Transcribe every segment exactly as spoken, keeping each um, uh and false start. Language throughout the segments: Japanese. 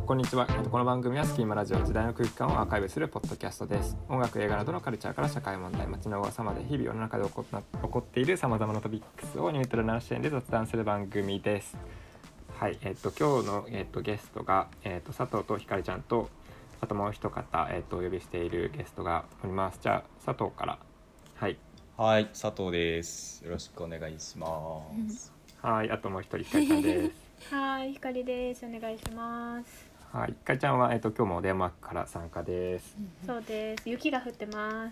こんにちは。この番組はスキーマラジオ、時代の空気感をアーカイブするポッドキャストです。音楽、映画などのカルチャーから社会問題、街の噂まで日々世の中で起こな起こっているさまざまなトピックスをニュートラルな視点で雑談する番組です。はい、えっと今日の、えっと、ゲストが、えっと、佐藤とひかりちゃんと、あともう一方、えっと、お呼びしているゲストがおります。じゃあ佐藤から。はい。 はい、佐藤です。よろしくお願いします。 はい、あともう一人ひかりちゃんです。 はい、ひかりです。お願いします。 はい、ひかりちゃんは、えっと、今日もデンマークから参加です。 そうです。雪が降ってます。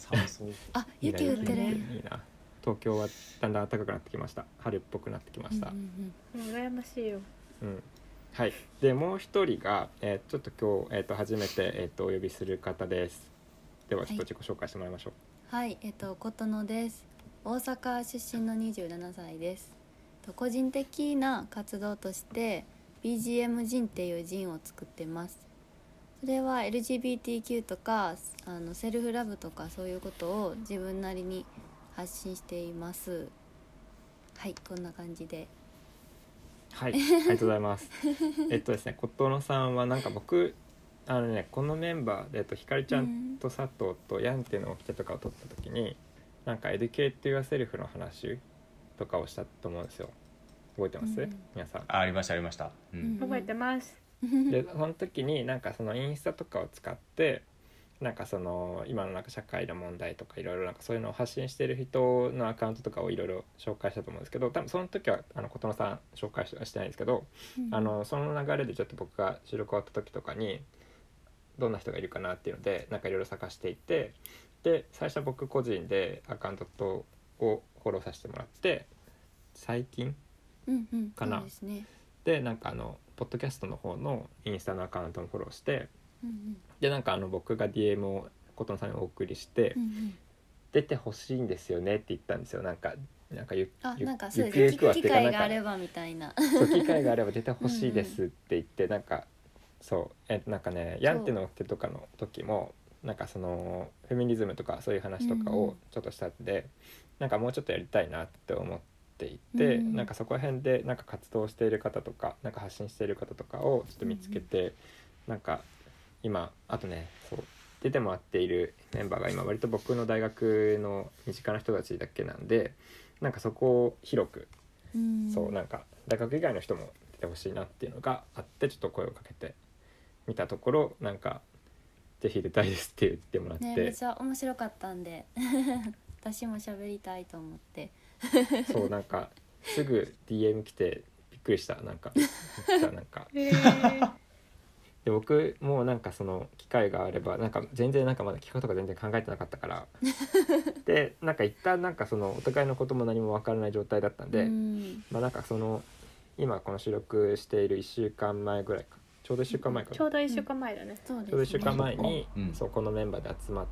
寒そう。 あ、雪降ってる。 いいな。東京はだんだん暖かくなってきました。春っぽくなってきました。 うんうんうん、羨ましいよ。 うん、はい。でもう一人が、えー、ちょっと今日、えー、と初めて、えー、とお呼びする方です。ではちょっと自己紹介してもらいましょう。 はい、えっと琴乃です。大阪出身のにじゅうななさいです。と個人的な活動として ビージーエム ジンっていうジンを作ってます。それは エルジービーティーキュー とかあのセルフラブとかそういうことを自分なりに発信しています。はい、こんな感じで。 はい、ありがとうございます。えっとですね、琴乃さんはなんか僕あのねこのメンバーで、えっと、ひかりちゃんと佐藤とヤンっていうのを起きてとかを撮った時に、なんかエデュケート・ユア・セルフの話とかをしたと思うんですよ。覚えてます、うん、皆さん。 あ、ありましたありました、うん、 覚えてます。 でその時になんかそのインスタとかを使ってなんかその今のなんか社会の問題とかいろいろなんかそういうのを発信している人のアカウントとかをいろいろ紹介したと思うんですけど、多分その時はあの琴乃さん紹介はしてないんですけど、うん、あのその流れでちょっと僕が収録終わった時とかにどんな人がいるかなっていうのでなんかいろいろ探していて、で最初は僕個人でアカウントとをフォローさせてもらって、最近うんうん、 かな、 そうですね、 でなんかあのポッドキャストの方のインスタのアカウントもフォローして、 うんうん、 でなんかあの僕が ディーエム を琴乃さんにお送りして、 うんうん、 出てほしいんですよねって言ったんですよ。なんかなんかゆあ、 ゆなんかそうゆですね、 くゆくは機会があればみたいなそう機会があれば出てほしいですって言って、うんうん、なんかそうえなんかねヤンっての手とかの時もなんかそのフェミニズムとかそういう話とかをちょっとしたんで、うんうん、なんかもうちょっとやりたいなって思っていて、うんうん、なんかそこら辺でなんか活動している方とかなんか発信している方とかをちょっと見つけて、うんうん、なんか今あとねそう出てもらっているメンバーが今割と僕の大学の身近な人たちだけなんで、なんかそこを広く、うん、そうなんか大学以外の人も出てほしいなっていうのがあって、ちょっと声をかけてみたところ、なんかぜひ出たいですって言ってもらって、 ね、めっちゃ面白かったんで私も喋りたいと思ってそうなんかすぐ ディーエム 来てびっくりした。なんかなんかで僕もうなんかその機会があればなんか全然なんかまだ企画とか全然考えてなかったからでなんか一旦なんかそのお互いのことも何も分からない状態だったんで、んまあなんかその今この収録しているいっしゅうかんまえぐらいか、ちょうどいっしゅうかんまえかな、 ちょうどいっしゅうかんまえだね、 うん、 ちょうどいっしゅうかんまえに、 うん、 そうこのメンバーで集まって、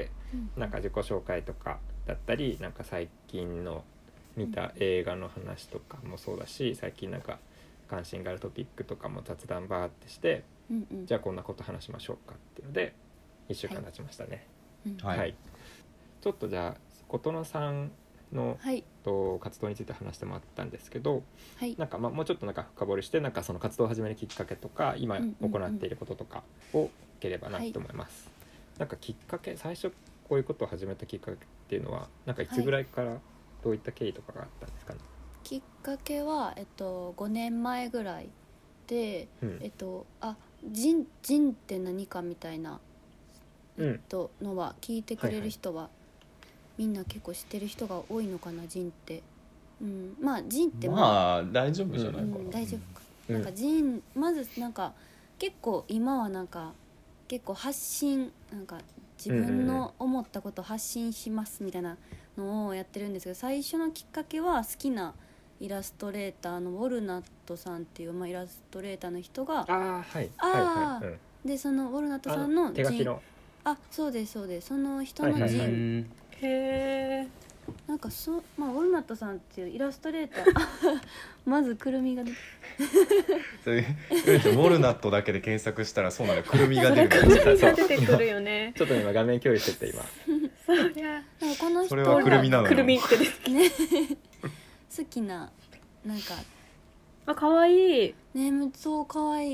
うん、なんか自己紹介とかだったりなんか最近の見た映画の話とかもそうだし、最近なんか関心があるトピックとかも雑談バーってして、うんうん、じゃあこんなこと話しましょうかっていうのでいっしゅうかん経ちましたね。はい、はい、ちょっとじゃあ琴乃さんの、はい、と活動について話してもらったんですけど、はい、なんかまあもうちょっとなんか深掘りしてなんかその活動を始めるきっかけとか今行っていることとかを聞ければなと思います。はい、なんかきっかけ、最初こういうことを始めたきっかけっていうのはなんかいつぐらいからどういった経緯とかがあったんですかね。 きっかけは、えっと、ごねんまえぐらいで、うん、えっとあジン、ジンって何かみたいな、えっと、のは聞いてくれる人は、はいはい、みんな結構知ってる人が多いのかな、ジンって、うん、まあジンってまあ大丈夫じゃないかな、うん、 大丈夫か、うん、なんかジンまずなんか結構今はなんか結構発信なんか自分の思ったことを発信しますみたいなのをやってるんですけど、最初のきっかけは好きなイラストレーターのウォルナットさんっていう、まあ、イラストレーターの人があはいあ、はいはいはい、でそのウォルナットさんの手書きのあそうですそうです、その人のジン、はいはいはい、 へえ、 なんかそ、まあ、ウォルナットさんっていうイラストレーターまずくるみが出てウォルナットだけで検索したらそうなの、くるみが出るくるみが出てくるよねちょっと今画面共有してて今そりゃこの人それはくるみなのよ、 くるみってですね好きななんかあ可愛いね、そう可愛い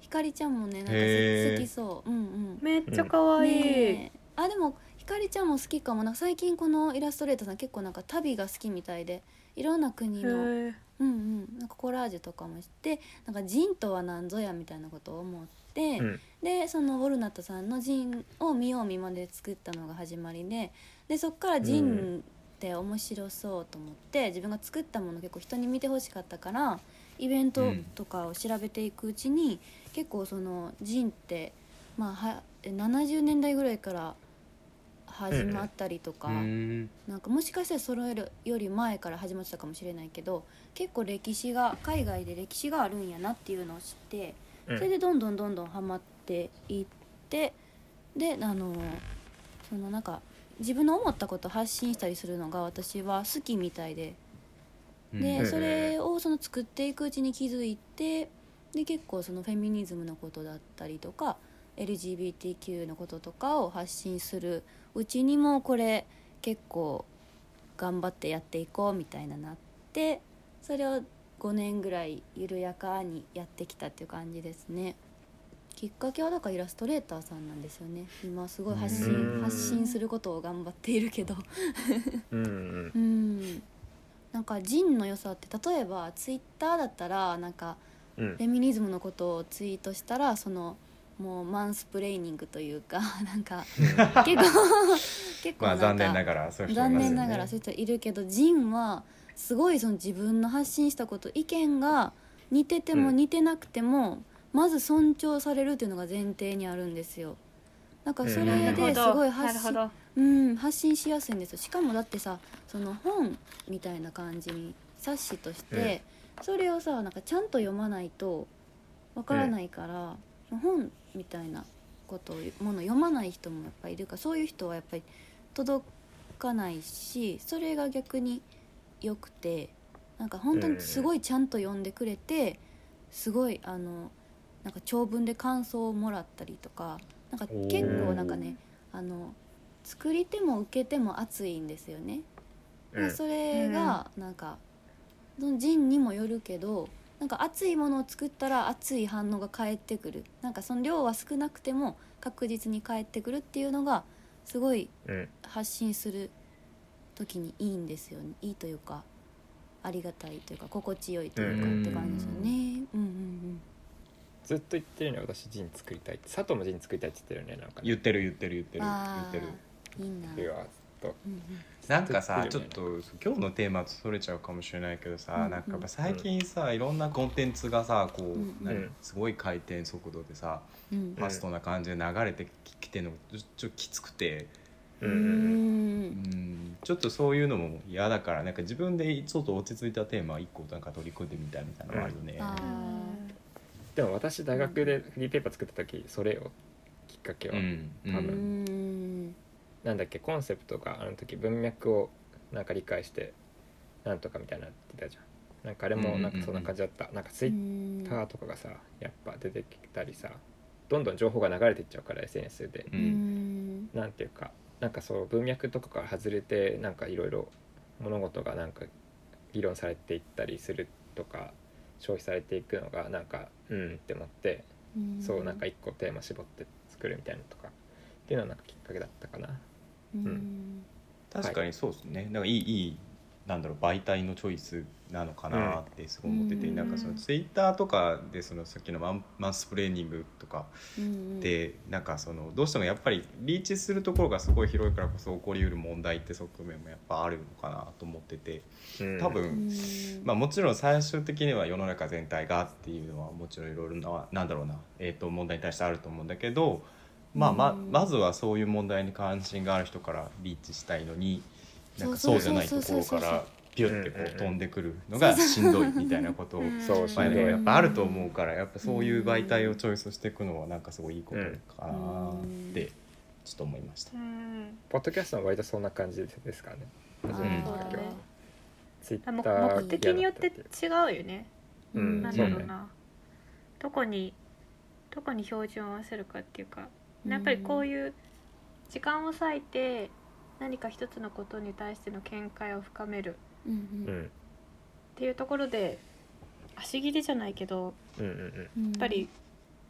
ひかりちゃんもねなんかへー好きそううんうんめっちゃ可愛い、 ねえあでもひかりちゃんも好きかもなんか最近このイラストレーターさん結構なんか旅が好きみたいでいろんな国のへーうんうんなんかコラージュとかもしてなんかジンとは何ぞやみたいなことを思って、 うんでそのウォルナットさんのジンを見よう見まねで作ったのが始まりででそっからジンって面白そうと思って自分が作ったもの結構人に見てほしかったからイベントとかを調べていくうちに、結構そのジンってまあはななじゅうねんだいぐらいから始まったりとか、 うんなんかもしかしたらそれより前から始まってたかもしれないけど結構歴史が海外で歴史があるんやなっていうのを知ってうんそれでどんどんどんどんハマっていってであのそのなんか自分の思ったことを発信したりするのが私は好きみたいでで、 うんそれをその作っていくうちに気づいてで結構そのフェミニズムのことだったりとか エルジービーティーキュー のこととかを発信するうちにもこれ結構頑張ってやっていこうみたいななってそれをごねんぐらい緩やかにやってきたっていう感じですね。きっかけはだからイラストレーターさんなんですよね。今すごい発信うん発信することを頑張っているけどうんうんうんなんかジンの良さって例えばツイッターだったらなんかうんフェミニズムのことをツイートしたらそのもうマンスプレーニングというかなんか結構結構まあなんか残念ながらそういう人いますよね。 残念ながらそういう人いるけどジンはすごいその自分の発信したこと意見が似ててもうん似てなくても、まず尊重されるっていうのが前提にあるんですよ。なんかそれうんですごい発信、 なるほどうん、発信しやすいんですよ。しかもだってさその本みたいな感じに冊子として、それをさなんかちゃんと読まないとわからないから、本みたいなことをもの読まない人もやっぱりいるからそういう人はやっぱり届かないしそれが逆に良くてなんか本当にすごいちゃんと読んでくれてすごいあのなんか長文で感想をもらったりとかなんか結構なんかねあの作り手も受け手も熱いんですよね。 うんそれがなんかその人にもよるけどなんか熱いものを作ったら熱い反応が返ってくるなんかその量は少なくても確実に返ってくるっていうのがすごいうん発信する時にいいんですよね。いいというかありがたいというか心地よいというかって感じですよね。うんうんずっと言ってるのよ私ジン作りたいって佐藤もジン作りたいって言ってるよねなんかね言ってる言ってる言ってうん。 るあ言ってる。 あいいな。 いやずっとうんうんなんかさちょっずっと言ってと今日のテーマとそれちゃうかもしれないけどさ、 うんなんかやっぱ最近さ、いろんなコンテンツがさこう、 うん何うんすごい回転速度でさ、 うんファストな感じで流れてきてるのがちょちょっときつくて、 うんうんうんうんちょっとそういうのも嫌だからなんか自分でちょっと落ち着いたテーマ一個なんか取り組んでみたいみたいなのはあるよね。 あでも私大学でフリーペーパー作った時それよきっかけは、 うんうんーう多分んなんだっけコンセプトがあの時文脈をなんか理解してなんとかみたいになってたじゃん。なんかあれもなんかそんな感じだった、なんかツイッターとかがさやっぱ出てきたりさどんどん情報が流れていっちゃうから エスエヌエス で、 ううんんなんていうかなんかそう文脈とかから外れてなんかいろいろ物事がなんか議論されていったりするとか消費されていくのがなんかうんって思って、そうなんか一個テーマ絞って作るみたいなのとかっていうのはなんかきっかけだったかな。 うん確かにそうですね。なんかいいいいなんだろう媒体のチョイスなのかなってすごい思ってて、 うんなんかそのツイッターとかでそのさっきのマンマンスプレーニングとかうんでなんかそのどうしてもやっぱりリーチするところがすごい広いからこそ起こりうる問題って側面もやっぱあるのかなと思ってて、 うん多分、 うんまあ、もちろん最終的には世の中全体がっていうのはもちろんいろいろななんだろうな、えー、と問題に対してあると思うんだけど、まあ、まうんまずはそういう問題に関心がある人からリーチしたいのになんかそそううじゃないそうとそうそうそうころからピュッてこう飛んでくるのがしんどいみたいなことをうんそうまあねしんどいやっぱあると思うからやっぱそういう媒体をチョイスしていくのはなんかすごいいいことかなってちょっと思いました。 うんポッドキャストも割とそんな感じですからね。 あー初めてのきっかけはツイッタもー目的によって違うよね。 うんなんそうねだろうな、どこにどこに標準を合わせるかっていうか、やっぱりこういう時間を割いて何か一つのことに対しての見解を深めるうんううんんっていうところで足切りじゃないけどうんうんうんやっぱり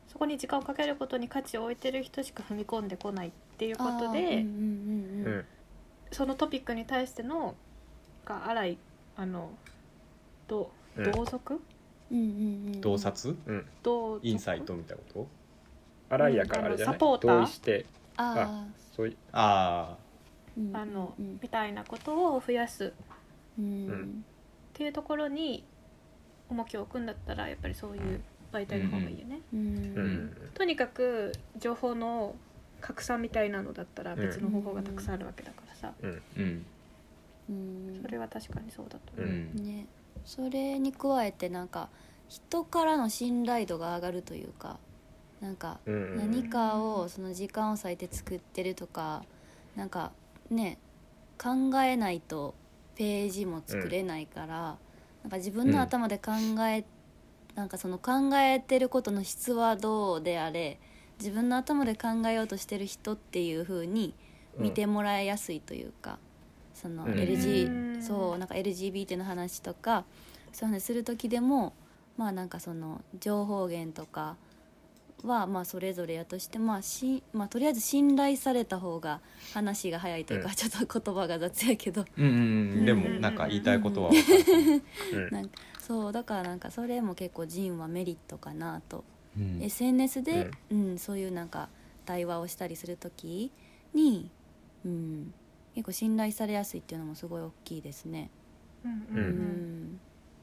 そこに時間をかけることに価値を置いてる人しか踏み込んでこないっていうことあーうんで、 うんうんううんんそのトピックに対してのが荒いあのどうん同族うんうんうん洞察うん同族インサイトみたいなこと荒いやからあれじゃない、 うんあのサポーター同意してあそういあーうんあのうんみたいなことを増やすっうんうんていうところに重きを置くんだったらやっぱりそういう媒体の方がいいよね、 うんうんうんとにかく情報の拡散みたいなのだったら別の方法がたくさんあるわけだからさ、 うんあうんうんそれは確かにそうだとう思う、 んね、それに加えてなんか人からの信頼度が上がるというかなんかうんうん何かをその時間を割いて作ってるとかなんかね考えないとページも作れないから、なんか自分の頭で考え、なんかその考えてることの質はどうであれ自分の頭で考えようとしてる人っていう風に見てもらいやすいというか、そのうんエルジー、 うんそうなんか エルジービーティー の話とかそういう話する時でもまあなんかその情報源とかはまあそれぞれやとしてまあし、まあ、とりあえず信頼された方が話が早いというか、 うんちょっと言葉が雑やけどうんうんうんでもなんか言いたいことは分かるかもうんなんかそうだからなんかそれも結構ジンはメリットかなと、 うんエスエヌエス で、うんそういうなんか対話をしたりする時に、うん、結構信頼されやすいっていうのもすごい大きいですね。 うんううんん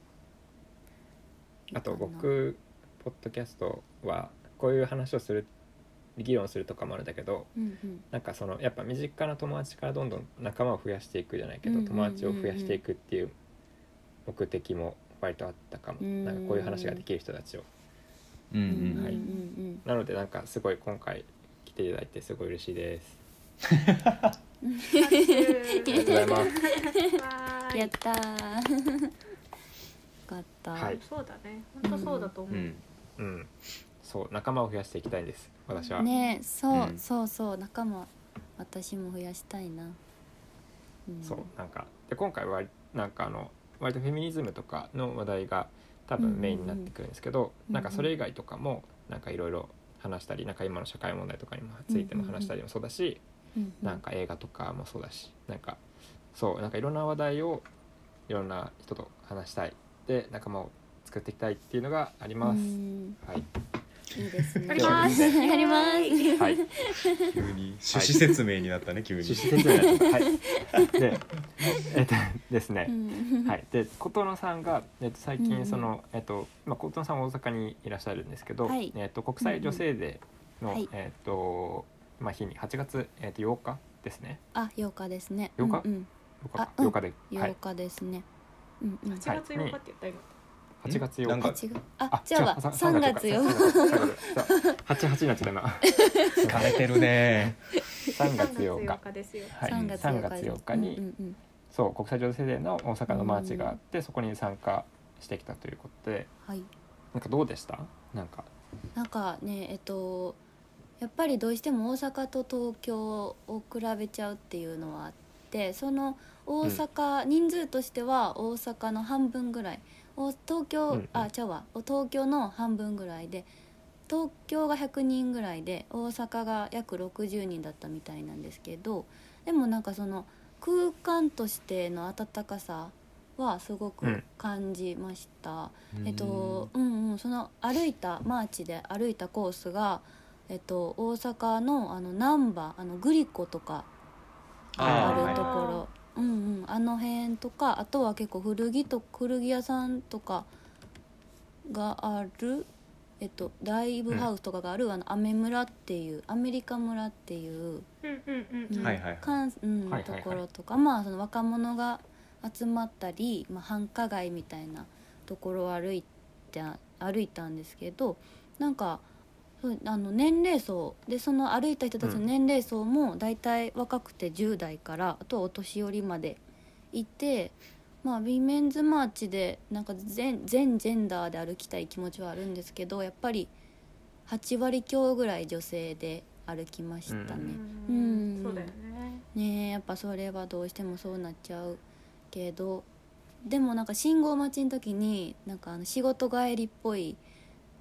あと僕ポッドキャストはこういう話をする議論するとかもあるんだけど、 うんうんなんかそのやっぱ身近な友達からどんどん仲間を増やしていくじゃないけど、 うんうんうんうん友達を増やしていくっていう目的も割とあったかも、 うんなんかこういう話ができる人たちをうんううんうんんはいうんなのでなんかすごい今回来ていただいてすごい嬉しいです。 ありがとうございますうんやったーよかった、 はいそうだね本当そうだと思う、 うんうん、そう仲間を増やしていきたいんです私は。 ねそう、 うんそうそう仲間私も増やしたいな、うん、 そうなんかで今回はなんかあの割とフェミニズムとかの話題が多分メインになってくるんですけど、 うんなんかそれ以外とかもなんかいろいろ話したり、なんか今の社会問題とかにもついても話したりもそうだし、 うんうんなんか映画とかもそうだし、なんかそうなんかいろんな話題をいろんな人と話したいで仲間を作っていきたいっていうのがあります。 うんはいいいですねありますでありますはい。 急に趣旨説明になったね急に趣旨説明になっちゃったはい。で、えっとですね。 うんはい、で琴乃さんが、えっと、最うんうん近その、えっとまあ、琴乃さんは大阪にいらっしゃるんですけど、 はいえっと、国際女性デーの、 はいえっとまあ、日にはちがつ、えっと、ようかですねあようかですねようかうんうん、 ようかあうんようかで、は 8 い、 日ですね、うんうんはちがつようかって言った今、 はちがつようかなんかあ違うあじゃあささんがつよさんがつようかはちはちになっちゃったな疲れてるねさんがつようかさんがつようかですよはいさんがつさんようかですがつようかに、 うんうんそう国際女性デーの大阪のマーチがあって、そこに参加してきたということではいなんかどうでしたなんかなんかねえっとやっぱりどうしても大阪と東京を比べちゃうっていうのはあってその大阪、人数としては大阪の半分ぐらいお東京、 うんうんあちゃうわ東京の半分ぐらいで東京がひゃくにんぐらいで大阪が約ろくじゅうにんだったみたいなんですけどでもなんかその空間としての温かさはすごく感じました、えっとうんうんその歩いたマーチで歩いたコースが、えっと、大阪のあの難波あのグリコとかああるところ、うんうん、あの辺とかあとは結構古着と古着屋さんとかがある、えっと、ライブハウスとかがある、あのアメ村っていうアメリカ村っていう、 うんうんうんうんはいはいはい関うんはいはいはいところとか、まあその若者が集まったり、まあ、繁華街みたいなところを歩いて歩いたんですけどなんかそうあの年齢層でその歩いた人たちの年齢層もだいたい若くてじゅう代からあとはお年寄りまでいて、まあ、ウィメンズマーチでなんか全全ジェンダーで歩きたい気持ちはあるんですけどやっぱりはち割強ぐらい女性で歩きましたね。 ううんんそうだよねねえやっぱそれはどうしてもそうなっちゃうけどでもなんか信号待ちの時になんかあの仕事帰りっぽい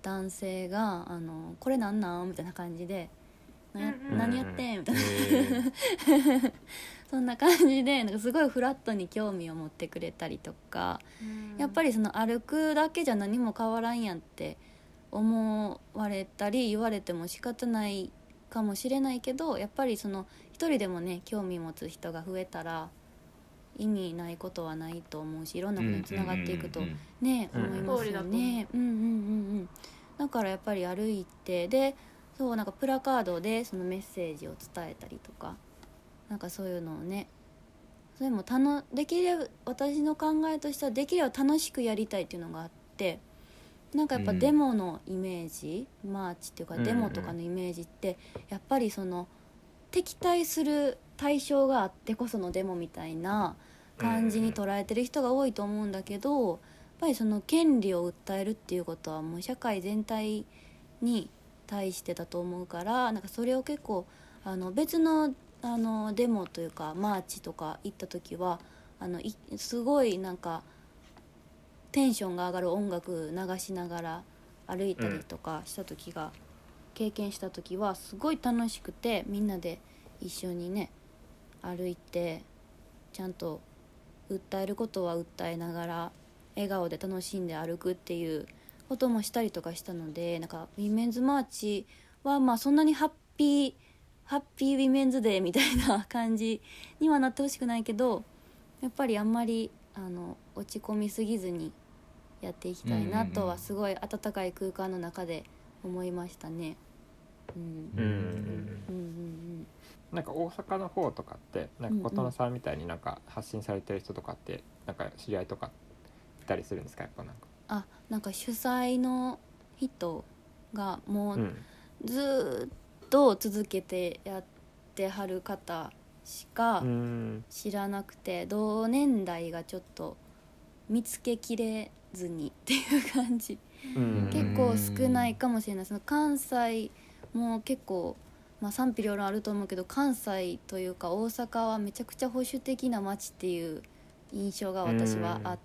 男性があのこれなんなんみたいな感じでなやうんうん何やってんみたいなへそんな感じでなんかすごいフラットに興味を持ってくれたりとか、やっぱりりその歩くだけじゃ何も変わらんやんって思われたり言われても仕方ないかもしれないけど、やっぱりその一人でもね興味持つ人が増えたら意味ないことはないと思うし、いろんなことにつながっていくとね、 うん思いますよね。うんうんうんうんだからやっぱり歩いてでそうなんかプラカードでそのメッセージを伝えたりとかなんかそういうのをね、それもたのできれば私の考えとしてはできれば楽しくやりたいっていうのがあって、なんかやっぱデモのイメージ、うん、マーチっていうかデモとかのイメージってやっぱりその敵対する対象があってこそのデモみたいな感じに捉えてる人が多いと思うんだけど、やっぱりその権利を訴えるっていうことはもう社会全体に対してだと思うから、なんかそれを結構あの別のあのデモというかマーチとか行った時はあのいすごいなんかテンションが上がる音楽流しながら歩いたりとかした時が、うん、経験した時はすごい楽しくて、みんなで一緒にね歩いてちゃんと訴えることは訴えながら笑顔で楽しんで歩くっていうこともしたりとかしたので、なんかウィメンズマーチはまあそんなにハッピーハッピーウィメンズデーみたいな感じにはなってほしくないけど、やっぱりあんまりあの落ち込みすぎずにやっていきたいなとはすごい温かい空間の中で思いましたね。うんうんうんうんうんなんか大阪の方とかってなんか琴乃さんみたいになんか発信されてる人とかってなんか知り合いとかいたりするんですか？やっぱなんかあなんか主催の人がもうずっと続けてやってはる方しか知らなくて、同年代がちょっと見つけきれずにっていう感じ、結構少ないかもしれない。その関西も結構、まあ、賛否両論あると思うけど、関西というか大阪はめちゃくちゃ保守的な街っていう印象が私はあって、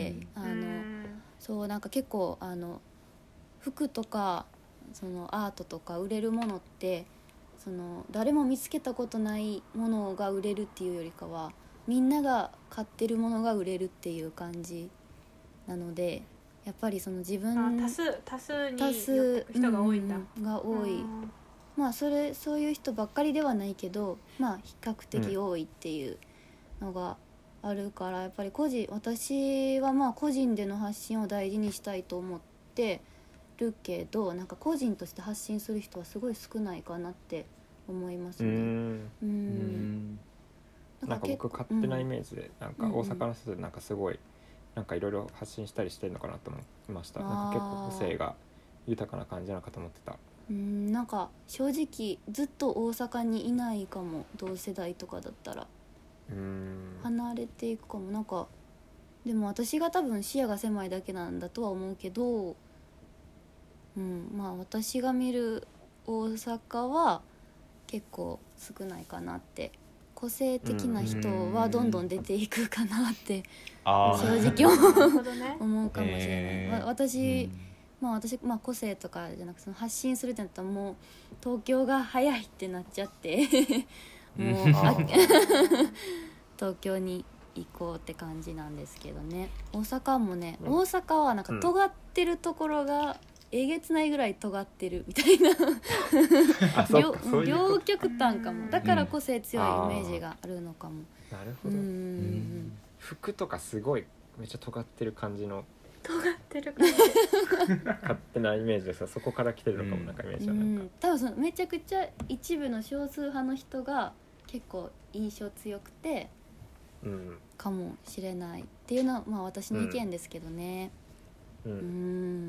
あのそうなんか結構あの服とかそのアートとか売れるものってその誰も見つけたことないものが売れるっていうよりかはみんなが買ってるものが売れるっていう感じなので、やっぱりその自分多数多数に多数寄ってく人が多いんだ、 うん、が多い、まあそれそういう人ばっかりではないけど、まあ比較的多いっていうのがあるから、やっぱり個人私はまあ個人での発信を大事にしたいと思ってるけど、なんか個人として発信する人はすごい少ないかなって思いますね。うんうんなんか僕勝手なイメージで、うん、なんか大阪の人でなんかすごいなんかいろいろ発信したりしてるのかなと思いました。なんか結構個性が豊かな感じなのかと思ってた。 うんなんか正直ずっと大阪にいないかも。同世代とかだったらうーん離れていくかも。なんかでも私が多分視野が狭いだけなんだとは思うけど、うんまあ私が見る大阪は結構少ないかなって。個性的な人はどんどん出ていくかなって正直思うかもしれない、えー、私、まあ私、まあ、個性とかじゃなくて発信するってなったらもう東京が早いってなっちゃってもう東京に行こうって感じなんですけどね。大阪もね、大阪はなんか尖ってるところがえげつないぐらい尖ってるみたいな両, 両極端かも。だから個性強いイメージがあるのかも、 うん、なるほど。うんうん服とかすごいめっちゃ尖ってる感じの尖ってる感じ勝手なイメージでさ、そこから来てるのかも、なんかイメージはなんか、うん、 多分そのめちゃくちゃ一部の少数派の人が結構印象強くて、うん、かもしれないっていうのはまあ私の意見ですけどね、うんうん、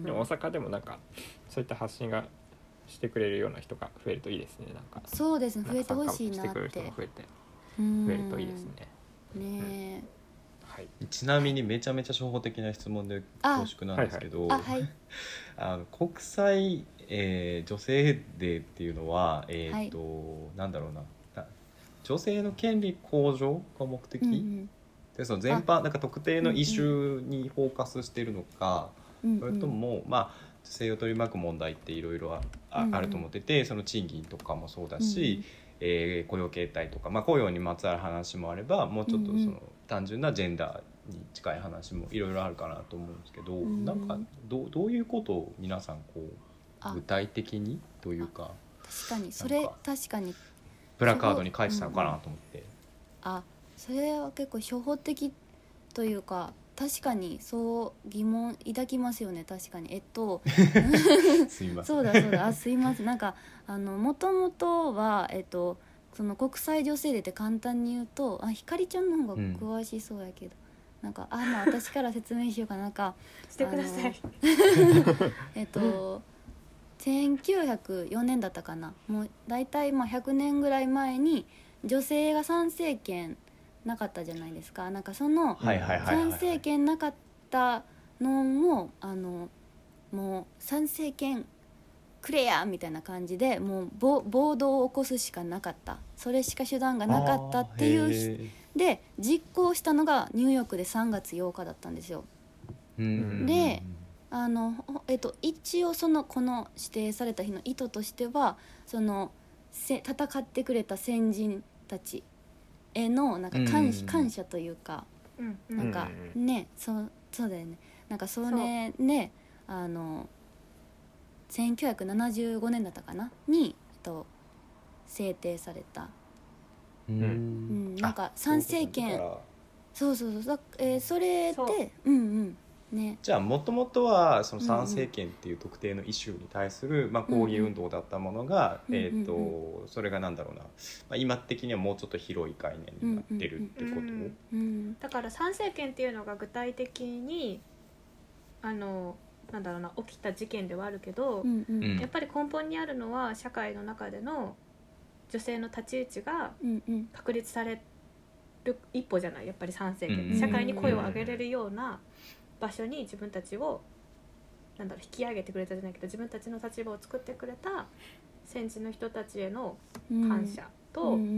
でも大阪でもなんかそういった発信がしてくれるような人が増えるといいですね。なんかそうですね、増えてほしいなって。 してくれる人も増えて増えるといいですね。 ね、 うんはい、 ちなみにめちゃめちゃ初歩的な質問で恐縮なんですけど、 あ、はい、 あの国際、えー、女性デーっていうのは、えーとはい、なんだろうな、女性の権利向上が目的、うんうん、でその全般なんか特定のイシューにフォーカスしてるのか、 うんうん、 それともまあ女性を取り巻く問題っていろいろあ、あ、 うんうん、 あると思ってて、その賃金とかもそうだし、うんうん、えー、雇用形態とか、まあ、雇用にまつわる話もあればもうちょっとその、うんうん、単純なジェンダーに近い話もいろいろあるかなと思うんですけど、うん、なんか ど, どういうことを皆さんこう具体的にというか、 確かにそれ確かにプラカードに書いてたのかなと思って、うんうん、 あそれは結構初歩的というか確かにそう疑問抱きますよね。確かにえっとすいませんそうだそうだあすいませんなんかあのもともとはえっとその国際女性デーって簡単に言うとあひかりちゃんの方が詳しそうやけど、うん、なんかあまあ私から説明しようかなんかしてくださいえっとせんきゅうひゃくよねんだったかなもうだいたいまあひゃくねんぐらい前に女性が参政権なかったじゃないですか。なんかその参政権なかったのもあのもう参政権くれやみたいな感じでもう暴動を起こすしかなかったそれしか手段がなかったっていうで実行したのがニューヨークでさんがつようかだったんですよ。であの、えっと、一応そのこの指定された日の意図としてはそのせ戦ってくれた先人たちへのなんか 感,、感謝というか、 うんうん、なんかね、そう、そうだよねなんかそれねあのせんきゅうひゃくななじゅうごねんだったかなに、えっと、制定された、 うんうん、なんか参政権そうそうそう、えー、それでうんうんね、 じゃあもともとはその参政権っていう特定のイシューに対する、まあ、抗議運動だったものが、うんうんえー、とそれがなんだろうな、まあ、今的にはもうちょっと広い概念になってるってこと、うんうんうん、だから参政権っていうのが具体的にあのなんだろうな起きた事件ではあるけど、 うんうん、 やっぱり根本にあるのは社会の中での女性の立ち位置が確立される一歩じゃないやっぱり参政権、うん、社会に声を上げれるような場所に自分たちをなんだろう引き上げてくれたじゃないけど自分たちの立場を作ってくれた先人の人たちへの感謝と、うん、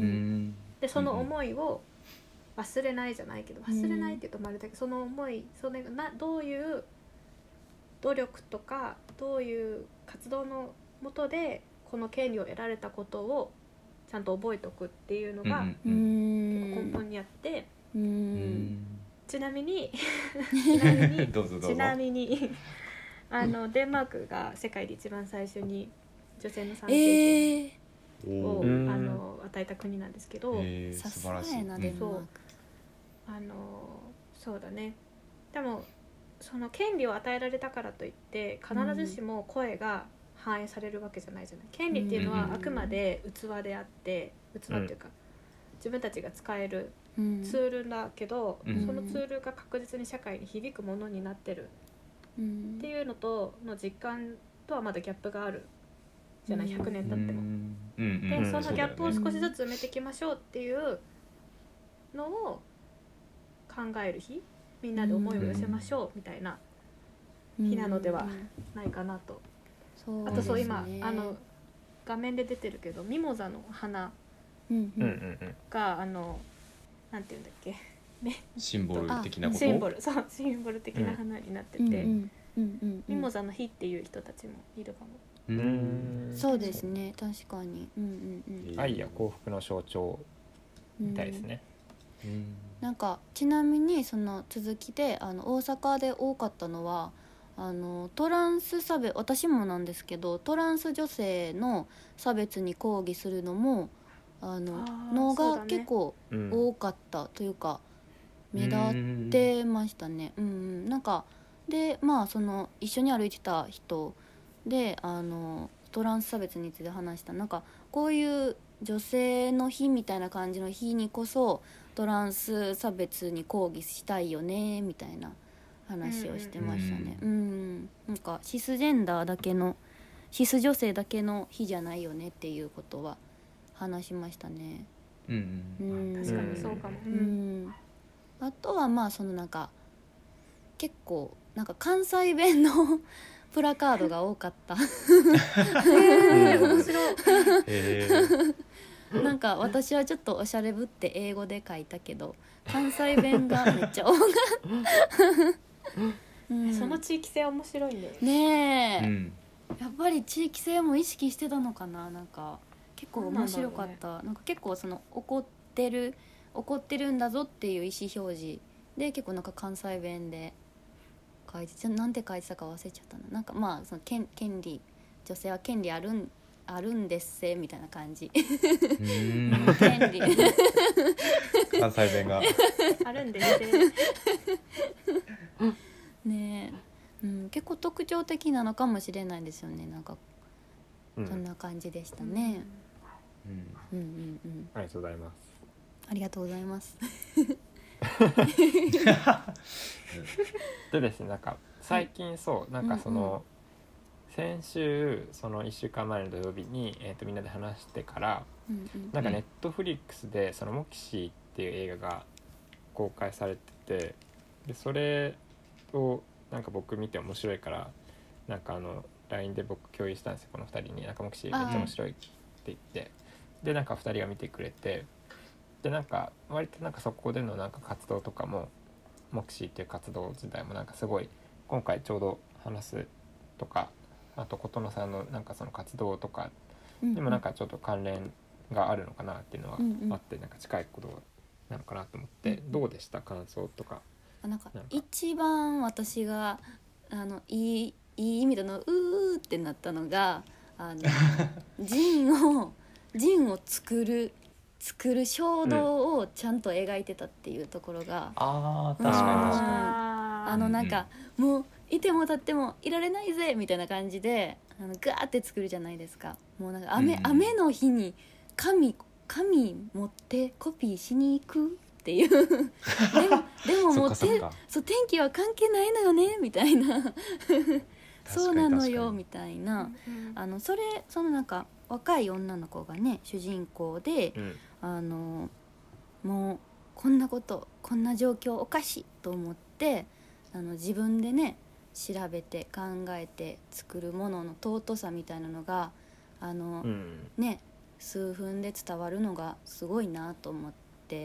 でその思いを忘れないじゃないけど忘れないって言うとまるだけどその思いそれがなどういう努力とかどういう活動のもとでこの権利を得られたことをちゃんと覚えておくっていうのが結構根本にあって、 うんうんちなみにちなみにどうぞどうぞちなみにあのデンマークが世界で一番最初に女性の参政権を、えー、あの与えた国なんですけど、 えー、素晴らしいなデンマーク、 あのそうだねでもその権利を与えられたからといって必ずしも声が反映されるわけじゃないじゃない。権利っていうのはあくまで器であって器っていうか自分たちが使えるツールだけど、うん、そのツールが確実に社会に響くものになってるっていうのとの実感とはまだギャップがあるじゃないひゃくねん経っても、うんうん、でそのギャップを少しずつ埋めていきましょうっていうのを考える日みんなで思いを寄せましょうみたいな日なのではないかなと、うん、あとそう今あの画面で出てるけどミモザの花があのなんていうんだっけ、ね、 シンボル的なことシンボルそうシンボル的な花になってて、うんうんうんうん、ミモザの日っていう人たちもいるかも。 うーんそうですね確かに、うんうんうん、 愛や幸福の象徴みたいですね、 うん、なんかちなみにその続きであの大阪で多かったのはあのトランス差別私もなんですけどトランス女性の差別に抗議するのもあののが結構多かったというか、うん、目立ってましたね、うんうん、なんかでまあその一緒に歩いてた人であのトランス差別について話したなんかこういう女性の日みたいな感じの日にこそトランス差別に抗議したいよねみたいな話をしてましたね、うんうん、なんかシスジェンダーだけのシス女性だけの日じゃないよねっていうことは話しましたね、 うんうん、確かにそうかも、 うん、あとはまあそのなんか結構なんか関西弁のプラカードが多かったえー、面白い、 えー、なんか私はちょっとおしゃれぶって英語で書いたけど関西弁がめっちゃ多かったうん、 その地域性面白いね。 ねえ、 うん、 やっぱり地域性も意識してたのかな。なんか結構面白かった。なんか結構その怒ってる怒ってるんだぞっていう意思表示で結構なんか関西弁で書いて、なんて書いてたか忘れちゃったな。なんかまあその 権, 権利女性は権利あるんあるんですせみたいな感じ。 うん権利関西弁があるんですね。 ねえ、うん、結構特徴的なのかもしれないですよね。なんかうんそんな感じでしたね。 うんうんうんうん。 ありがとうございます。 ありがとうございます。 でですね、なんか最近そうなんかその、先週そのいっしゅうかんまえの土曜日に、えー、とみんなで話してから、 うんうんなんかネットフリックスでそのモキシーっていう映画が公開されてて、でそれをなんか僕見て面白いからなんかあの ライン で僕共有したんですよ、このふたりに。なんかモキシーめっちゃ面白いって言って、でなんかふたりが見てくれて、でなんか割となんかそこでのなんか活動とかもモキシーっていう活動自体もなんかすごい今回ちょうど話すとか、あと琴乃さんのなんかその活動とかにもなんかちょっと関連があるのかなっていうのはあって、なんか近いことなのかなと思って、どうでした感想とか。 なんかなんか一番私があのいいいい意味でのうーってなったのが、あのジンをジンを作る作る衝動をちゃんと描いてたっていうところが、 あーうん確かに確かああのなんか、もういても立ってもいられないぜみたいな感じであのガーって作るじゃないですか。もうなんか雨、 うん雨の日に紙紙持ってコピーしに行くっていうでもでもに。そもうてっかそっか。 そう天気は関係ないのよねみたいなそうなのよみたたいな、 うんあのそれそのなんか若い女の子がね主人公で、 うんあのもうこんなことこんな状況おかしいと思ってあの自分でね調べて考えて作るものの尊さみたいなのがあの、 うんね数分で伝わるのがすごいなと思って、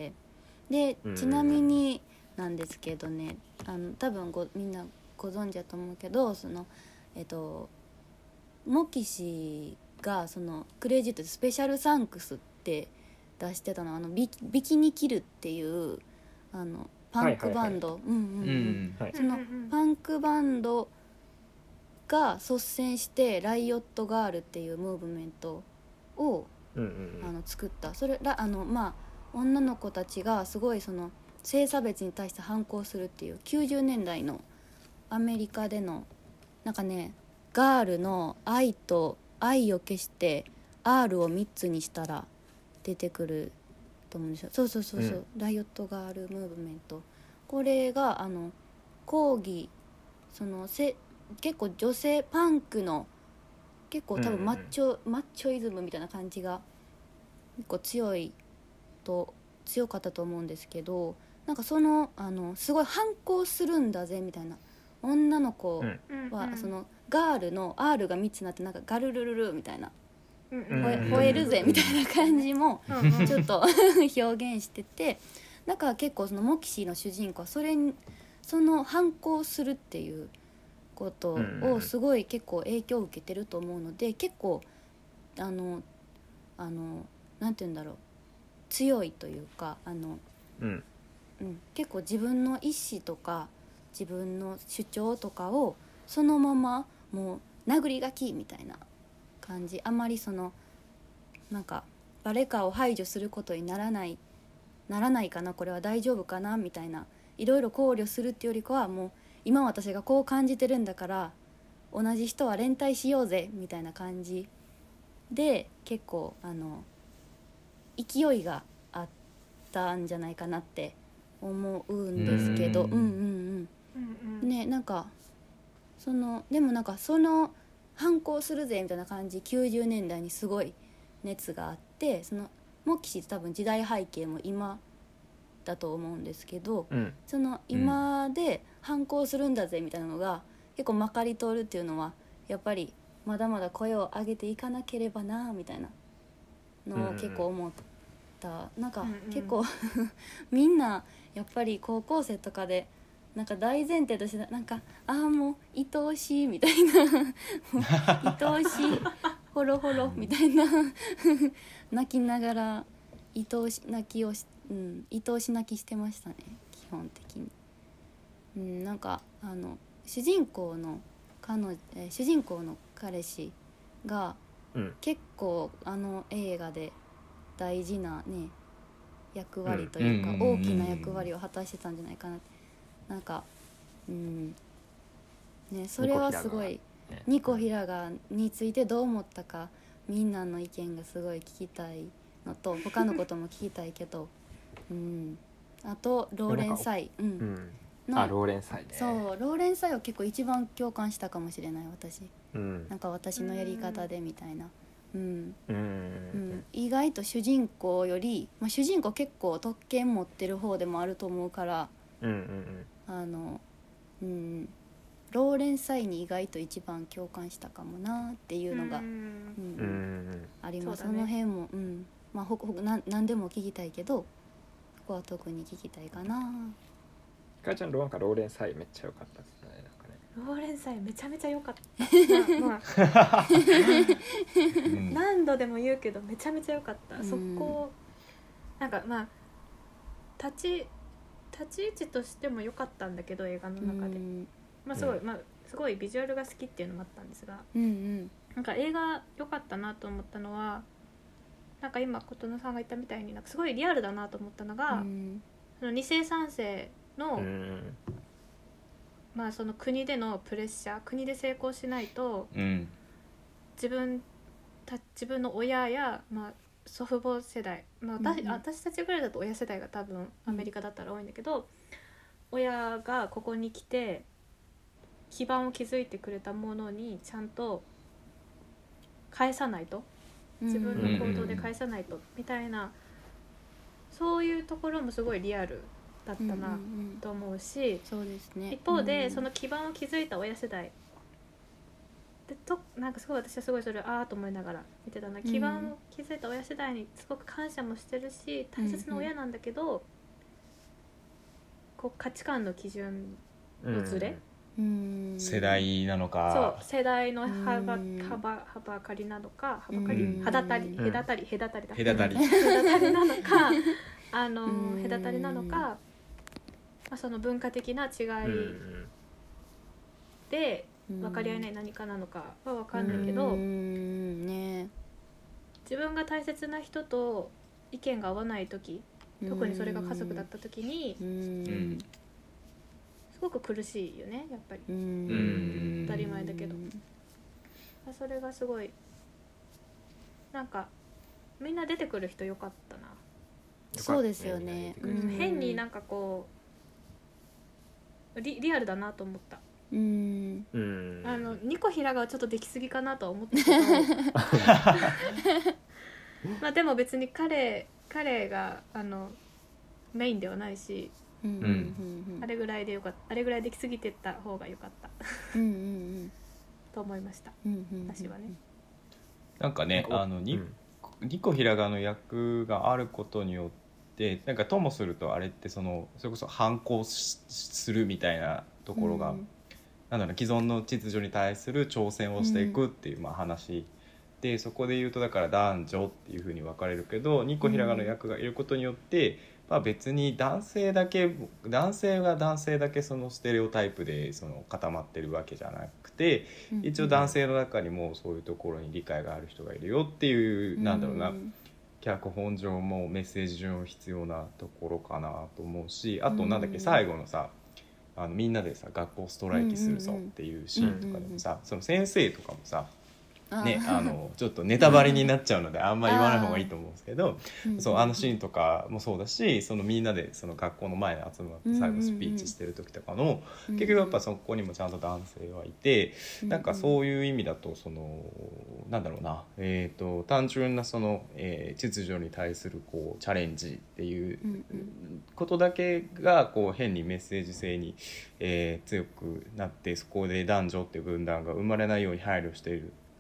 でうんちなみになんですけどね、あの多分ごみんなご存知だと思うけど、そのえっとモキシがそのクレジットでスペシャルサンクスって出してたのはあのビビキニキルっていうあのパンクバンド、うんうんううんんはいそのパンクバンドが率先してライオットガールっていうムーブメントをうんうんあの作った。それらあのまあ女の子たちがすごいその性差別に対して反抗するっていうきゅうじゅうねんだいのアメリカでのなんかね、ガールの愛と愛を消して アール をみっつにしたら出てくると思うんですよ。そうそうそうそう、 うんライオットガールムーブメント、これがあの抗議そのせ結構女性パンクの結構多分マッチョ、マッチョイズムみたいな感じが結構強いと強かったと思うんですけど、なんかそのあのすごい反抗するんだぜみたいな、女の子は、 うんそのガールの アール がみっつになってなんかガルルルルみたいな、 うんうん吠え吠えるぜみたいな感じもうんうんちょっと表現してて、だから結構そのモキシーの主人公はそれにその反抗するっていうことをすごい結構影響を受けてると思うので、結構あのあのなんて言うんだろう、強いというかあの、 うんうん、結構自分の意思とか自分の主張とかをそのままもう殴り書きみたいな感じ、あまりそのなんか誰かを排除することにならないならないかな、これは大丈夫かなみたいな、いろいろ考慮するっていうよりかはもう今私がこう感じてるんだから同じ人は連帯しようぜみたいな感じで結構あの勢いがあったんじゃないかなって思うんですけど、 うんうんうんうんううんんね、なんかそのでもなんかその反抗するぜみたいな感じ、きゅうじゅうねんだいにすごい熱があって、そのモキシって多分時代背景も今だと思うんですけど、 うんその今で反抗するんだぜみたいなのが結構まかり通るっていうのはやっぱりまだまだ声を上げていかなければなみたいなのを結構思った。なんかうんうん結構みんなやっぱり高校生とかでなんか大前提としてなんかああもう愛おしいみたいなもう愛おしいほろほろみたいな泣きながら愛おし泣きをし、うん、愛おし泣きしてましたね基本的に、うん、なんかあの主人公の彼女、えー、主人公の彼氏がうん結構あの映画で大事なね役割というか、 うん大きな役割を果たしてたんじゃないかな、なんかうんねそれはすごいねニコヒラガについてどう思ったかみんなの意見がすごい聞きたいのと他のことも聞きたいけど、うん、あとローレンサイ、う、 うんんあローレンサイねそうローレンサイを結構一番共感したかもしれない私、 うんなんか私のやり方でみたいな、うんうんうん、意外と主人公より、まあ、主人公結構特権持ってる方でもあると思うからうんうんあの、うん、ローレンサイに意外と一番共感したかもなっていうのが、うんうんうんうんあります。 そ,、 そうだねの辺も、うんまあ、ほほな何でも聞きたいけどここは特に聞きたいかな。 ひかりちゃんローンかローレンサイめっちゃ良かったですねなんかねローレンサイめちゃめちゃ良かったまあ、まあ、 うん何度でも言うけどめちゃめちゃ良かった、 うんそこなんかまあ立ち立ち位置としても良かったんだけど映画の中で、 うんまあすごい、 うんまあすごいビジュアルが好きっていうのもあったんですが、 うんうんなんか映画良かったなと思ったのはなんか今琴乃さんが言ったみたいになんかすごいリアルだなと思ったのが、 うんそのに世さん世の、 うんまあその国でのプレッシャー、国で成功しないとうん自分た自分の親や、まあ、祖父母世代、まあ私うんうん私たちぐらいだと親世代が多分アメリカだったら多いんだけど、親がここに来て基盤を築いてくれたものにちゃんと返さないと、自分の行動で返さないとみたいな、そういうところもすごいリアルだったうんうんうなんと思うし、 そうですね。 一方でうんその基盤を築いた親世代でとなんかすごい私はすごいそれああと思いながら見てたの、基盤を築いた親世代にすごく感謝もしてるし大切な親なんだけど、こう価値観の基準うんのズレ、 うん世代なのそうか世代の幅うん幅幅かりなのか幅かりうん隔たりうん隔たり隔たりだ隔たり隔たりなのかあのうん隔たりなのか、まあ、その文化的な違いうんで分かり合えない何かなのかは分かんないけど、 うんね自分が大切な人と意見が合わない時、特にそれが家族だった時にうんうんすごく苦しいよねやっぱり。 うんうん当たり前だけどそれがすごいなんかみんな出てくる人よかったな、 そうですよね。 ううん変になんかこう リ, リアルだなと思った、 うんうんあのニコヒラがはちょっとできすぎかなとは思ったけどまあでも別に彼彼があのメインではないし、 うんうんうんあれぐらいでよかったあれぐらいできすぎてた方がよかったうんうんと思いましたうんうん私はね。 なんかねあのにニコひらがの役があることによってなんかともするとあれってそのそれこそ反抗しするみたいなところが、 うんなんだろう既存の秩序に対する挑戦をしていくっていう、まあ、話で、そこで言うとだから男女っていうふうに分かれるけどニコひらがの役がいることによって、まあ、別に男性だけ男性が男性だけそのステレオタイプでその固まってるわけじゃなくて、 うん一応男性の中にもそういうところに理解がある人がいるよっていう、なんだろうな、脚本上もメッセージ上必要なところかなと思うし、あとなんだっけ、 うん最後のさあのみんなでさ学校ストライキするぞっていうシーンとかでもさ、その先生とかもさね、あのちょっとネタバレになっちゃうのであんまり言わない方がいいと思うんですけど、そうあのシーンとかもそうだし、そのみんなでその学校の前に集まって最後スピーチしてる時とかの、結局やっぱそこにもちゃんと男性はいて、なんかそういう意味だとそのなんだろうな、えー、と単純なその、えー、秩序に対するこうチャレンジっていうことだけがこう変にメッセージ性に、えー、強くなって、そこで男女っていう分断が生まれないように配慮している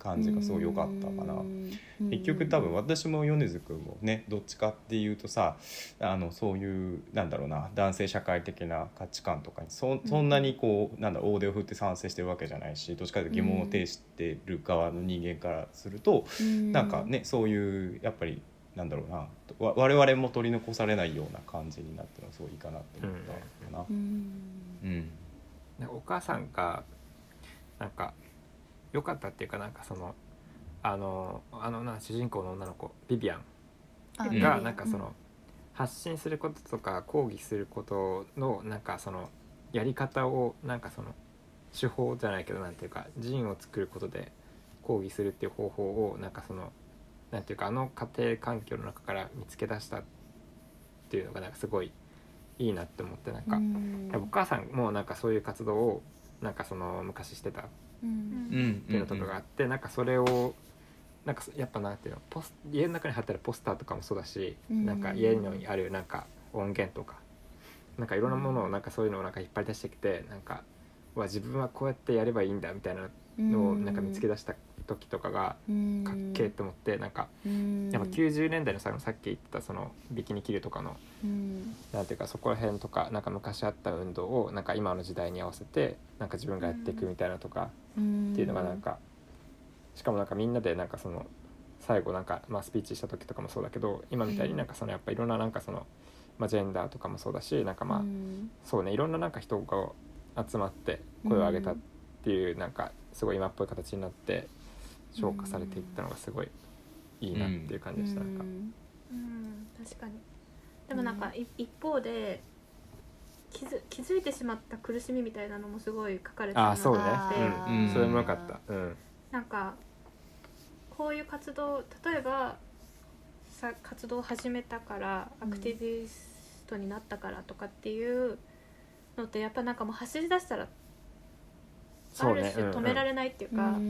感じがすごい良かったかな。結局多分私も米津君もねどっちかっていうとさあのそういうなんだろうな男性社会的な価値観とかに そ, そんなにこうなんだろう大手を振って賛成してるわけじゃないしどっちかというと疑問を呈してる側の人間からすると、うん、なんかねそういうやっぱりなんだろうな我々も取り残されないような感じになってるのはすごいいいかなって思ったかな。うんうん、お母さんがなんか良かったっていうかなんかそのあのあのな主人公の女の子ビビアンがなんかその発信することとか抗議することのなんかそのやり方をなんかその手法じゃないけどなんていうか人を作ることで抗議するっていう方法をなんかそのなんていうかあの家庭環境の中から見つけ出したっていうのがなんかすごいいいなって思ってなんかお母さんもなんかそういう活動をなんかその昔してたっていうのとかがあってなんかそれをなんかやっぱなんていうのポス家の中に貼ってあるポスターとかもそうだしなんか家にあるなんか音源とかなんかいろんなものをなんかそういうのをなんか引っ張り出してきてなんかわ自分はこうやってやればいいんだみたいなのをなんか見つけ出した時とかがかっけえと思ってなんかやっぱきゅうじゅうねんだいのさっき言ったそのビキニキルとかのなんていうかそこら辺とかなんか昔あった運動をなんか今の時代に合わせてなんか自分がやっていくみたいなとかっていうのがなんかしかもなんかみんなでなんかその最後なんかまあスピーチした時とかもそうだけど今みたいになんかそのやっぱいろんななんかそのまあジェンダーとかもそうだしなんかまあそうねいろんななんか人が集まって声を上げたっていうなんかすごい今っぽい形になって消化されていったのがすごいいいなっていう感じでした。なんかうん確かにでもなんか一方で気づ、気づいてしまった苦しみみたいなのもすごい書かれてるのがあってそうね、うん、それもよかった、うん、 なんかこういう活動例えばさ活動を始めたからアクティビストになったからとかっていうのってやっぱなんかもう走り出したらある種止められないっていうか、うん、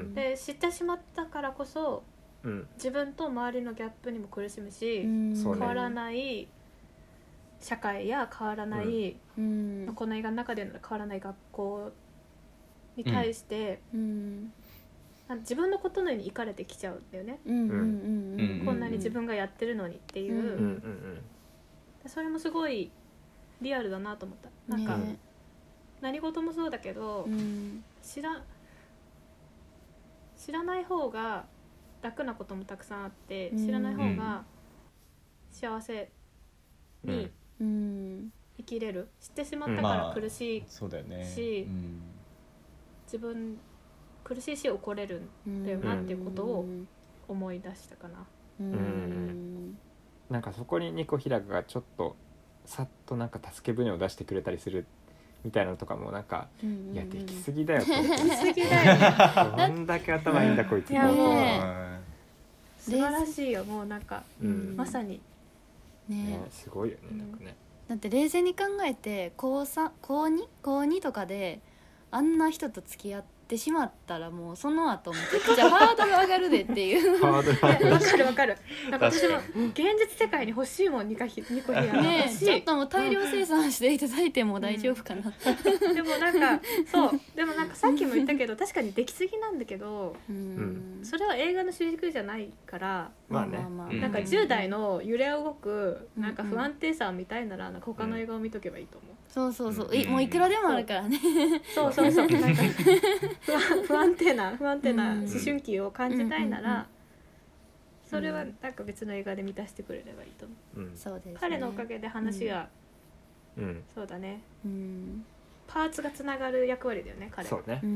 で知ってしまったからこそ、うん、自分と周りのギャップにも苦しむし、うん、変わらない社会や変わらない、うん、この映画の中での変わらない学校に対して、うんうん、自分のことのように生かれてきちゃうんだよね、うんうん、こんなに自分がやってるのにっていう、うんうん、それもすごいリアルだなと思った。なんか、ね、何事もそうだけど、うん、知ら、知らない方が楽なこともたくさんあって、うん、知らない方が幸せに生きれる、うん、知ってしまったから苦しいし、 まあそうだよね、うん、 自分苦しいし怒れるんだよなっていうことを思い出したかな、うんうん、 なんかそこにニコヒラがちょっとさっとなんか助け舟を出してくれたりするみたいなのとかもなんか、うんうんうん、いやできすぎだよと思ってできすぎだよどんだけ頭いいんだこいつ。いやもう素晴らしいよもうなんか、うん、まさにね, ねすごいよね、うん、なんかねだって冷静に考えて高さん、高に、高にとかであんな人と付き合ってしまったらもうその後めちゃくちゃハードル上がるでっていうハードル上がるわかるわかるなんか私も現実世界に欲しいもんニコヒラねちょっともう大量生産していただいても大丈夫かな、 うん、でもなんかそうでもなんかさっきも言ったけど確かにできすぎなんだけど、うん、それは映画の主軸じゃないからまあねなんかじゅう代の揺れ動くなんか不安定さを見たいならなんか他の映画を見とけばいいと思う、 そうそうそう、うん、もういくらでもあるからねそうそうそうなんか不安、不安定な不安定な思春期を感じたいなら、うん、それはなんか別の映画で満たしてくれればいいと思う、うん、そうですね、彼のおかげで話が、うん、そうだね、うん、パーツがつながる役割だよね彼は。 そうね、うんうん、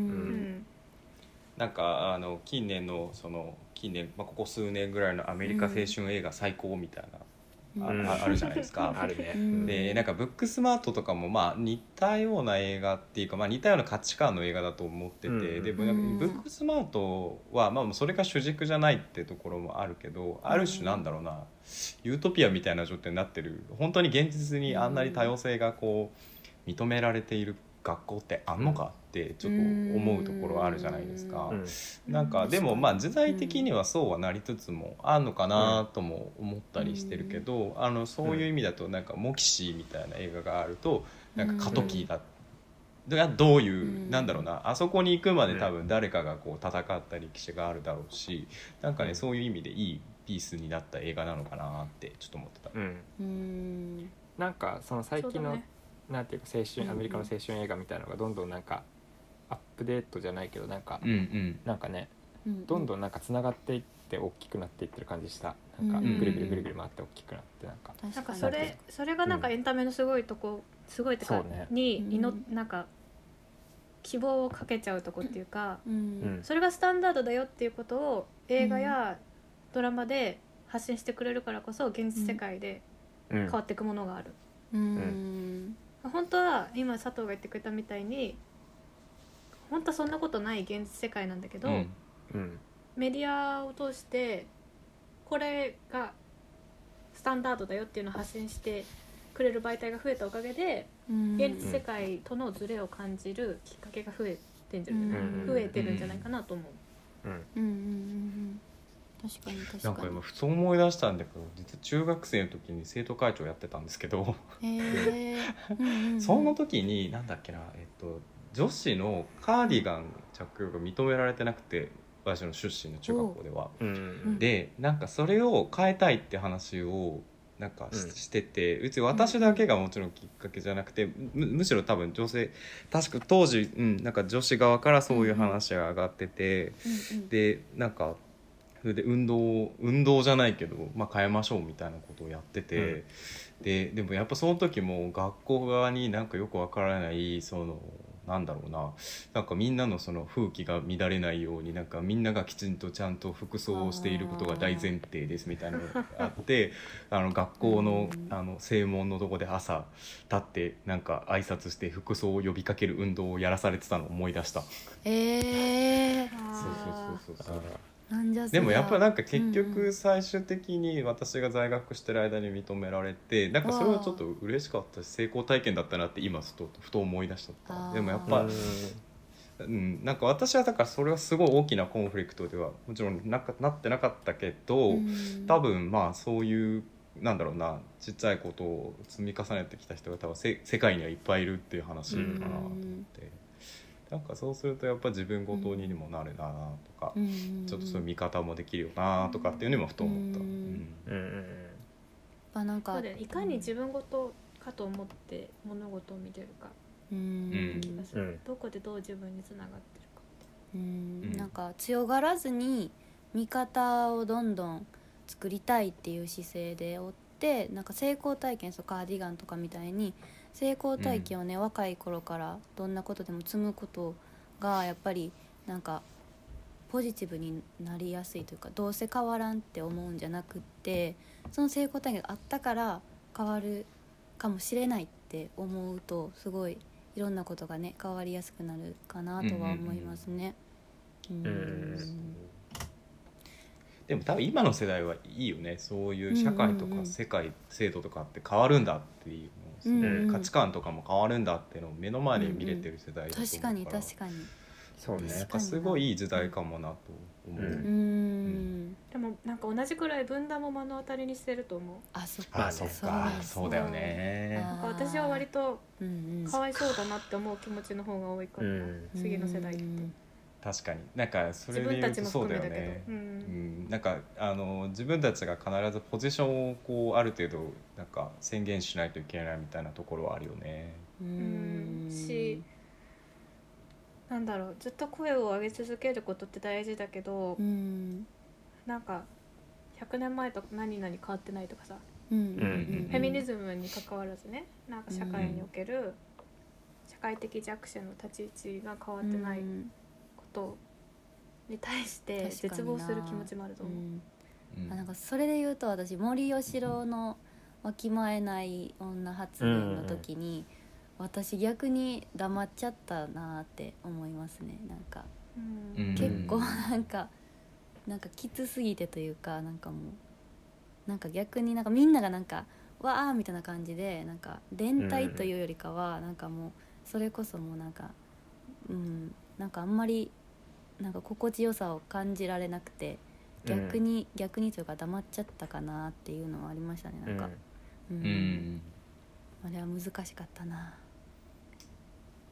なんかあの近年のその近年、まあ、ここ数年ぐらいのアメリカ青春映画最高みたいな、うん、あ, あるじゃないですかあるね、 でなんかブックスマートとかもまあ似たような映画っていうか、まあ、似たような価値観の映画だと思ってて、うん、でもなんかブックスマートは、まあ、それが主軸じゃないってところもあるけどある種なんだろうな、うん、ユートピアみたいな状態になってる本当に現実にあんなに多様性がこう認められている学校ってあんのかってちょっと思うところはあるじゃないですか、うん、なんかでもまあ時代的にはそうはなりつつもあんのかなとも思ったりしてるけど、あのそういう意味だとなんかモキシーみたいな映画があるとなんか過渡期だがどういう、 うん、 なんだろうな、あそこに行くまで多分誰かがこう戦った歴史があるだろうし、なんかね、 うん、 そういう意味でいいピースになった映画なのかなってちょっと思ってた。 うん、 うんなんかその最近の、 ね、 なんていうか青春、アメリカの青春映画みたいなのがどんどんなんかアップデートじゃないけどなんか、 うんうん、 なんかねうんどんどんなんかつながっていって大きくなっていってる感じした。なんかうんぐるぐるぐるぐる回って大きくなってなんか、 なんか確かにそれそれがなんかエンタメのすごいとこ、すごいってか、 そうね、 に祈っうんなんか希望をかけちゃうとこっていうか、 うんうんそれがスタンダードだよっていうことを映画やドラマで発信してくれるからこそ現実世界でうん変わっていくものがある、 うん本当は今佐藤が言ってくれたみたいに本当はそんなことない現実世界なんだけど、 うんうんメディアを通してこれがスタンダードだよっていうのを発信してくれる媒体が増えたおかげでうん現実世界とのズレを感じるきっかけが増えてんじゃない、 うん増えてるんじゃないかなと思う。 うんうんうんうんうん確かに確かになんか今ふと思い出したんだけど、実は中学生の時に生徒会長やってたんですけどへえうんうんうんその時になんだっけな、えっと女子のカーディガン着用が認められてなくて、私の出身の中学校では。 うんでなんかそれを変えたいって話をなんかし,、 うんしてて、うち私だけがもちろんきっかけじゃなくて、む, むしろ多分女性確か当時、うん、なんか女子側からそういう話が上がってて、 うんうんでなんかそれで運動運動じゃないけど、まあ、変えましょうみたいなことをやってて、 うんででもやっぱその時も学校側になんかよくわからないそのなんだろうな、なんかみんなのその風紀が乱れないようになんかみんながきちんとちゃんと服装をしていることが大前提ですみたいなのがあってあの学校のうんあの正門のとこで朝立ってなんか挨拶して服装を呼びかける運動をやらされてたのを思い出した。 えー、 あそうそうそうそうそう。 なんじゃそりゃでもやっぱなんか結うん局最終的に私が在学してる間に認められて、なんかそれはちょっと嬉しかったし成功体験だったなって今ふとふと思い出しちゃった。 あーでもやっぱ、うん、なんか私はだからそれはすごい大きなコンフリクトではもちろんなかなってなかったけど、 うん多分まあそういうなんだろうな、ちっちゃいことを積み重ねてきた人が多分せ世界にはいっぱいいるっていう話かなと思って、なんかそうするとやっぱ自分ごとにもなるなとか、 うんちょっとそういう見方もできるよなとかっていうのもふと思った。 うんうんうんうんやっぱなんかーそうだよね、いかに自分ごとかと思って物事を見てるか、 うんうん気がするうんどこでどう自分につながってるか。 うんうんなんか強がらずに味方をどんどん作りたいっていう姿勢でおって、なんか成功体験、そうカーディガンとかみたいに成功体験をね、若い頃からどんなことでも積むことがやっぱりなんかポジティブになりやすいというか、どうせ変わらんって思うんじゃなくって、その成功体験があったから変わるかもしれないって思うと、すごいいろんなことがね変わりやすくなるかなとは思いますね。うんうんでも多分今の世代はいいよね、そういう社会とうんうんうんか世界制度とかって変わるんだっていうのを、 うんうん価値観とかも変わるんだっていうのを目の前で見れてる世代だと思う確かにから、 確かにそうねなんかすごいいい時代かもなと思う。 うんうんでもなんか同じくらい分断も目の当たりにしてると思う。 あそっあ、 かそっそうか、 ですそうだよね。 なんか私は割とうんうんかわいそうだなって思う気持ちの方が多いかも、 うん次の世代ってうん確かに、なんかそれ自分たちもで言うとそう含めだけど、 だよね。 ううんん、なんかあの自分たちが必ずポジションをこうある程度なんか宣言しないといけないみたいなところはあるよね。 ううんしなんだろう、ずっと声を上げ続けることって大事だけど、 うんなんかひゃくねんまえと何々変わってないとかさ、 うんうんうんフェミニズムに関わらずね、なんか社会における社会的弱者の立ち位置が変わってないうんことに対して確かにな絶望する気持ちもあると思う。 うんうんあなんかそれで言うと、私森喜朗のわきまえない女発言の時に、私逆に黙っちゃったなって思いますね。なんかうんうん結構なんかなんかきつすぎてというか、なんかもうなんか逆になんかみんながなんかわーみたいな感じで、なんか連帯というよりかはなんかもうそれこそもうなんかうんなんかあんまりなんか心地よさを感じられなくて、逆に、うん、逆にというか黙っちゃったかなっていうのはありましたね。なんか、うんうん、 あれは難しかったな。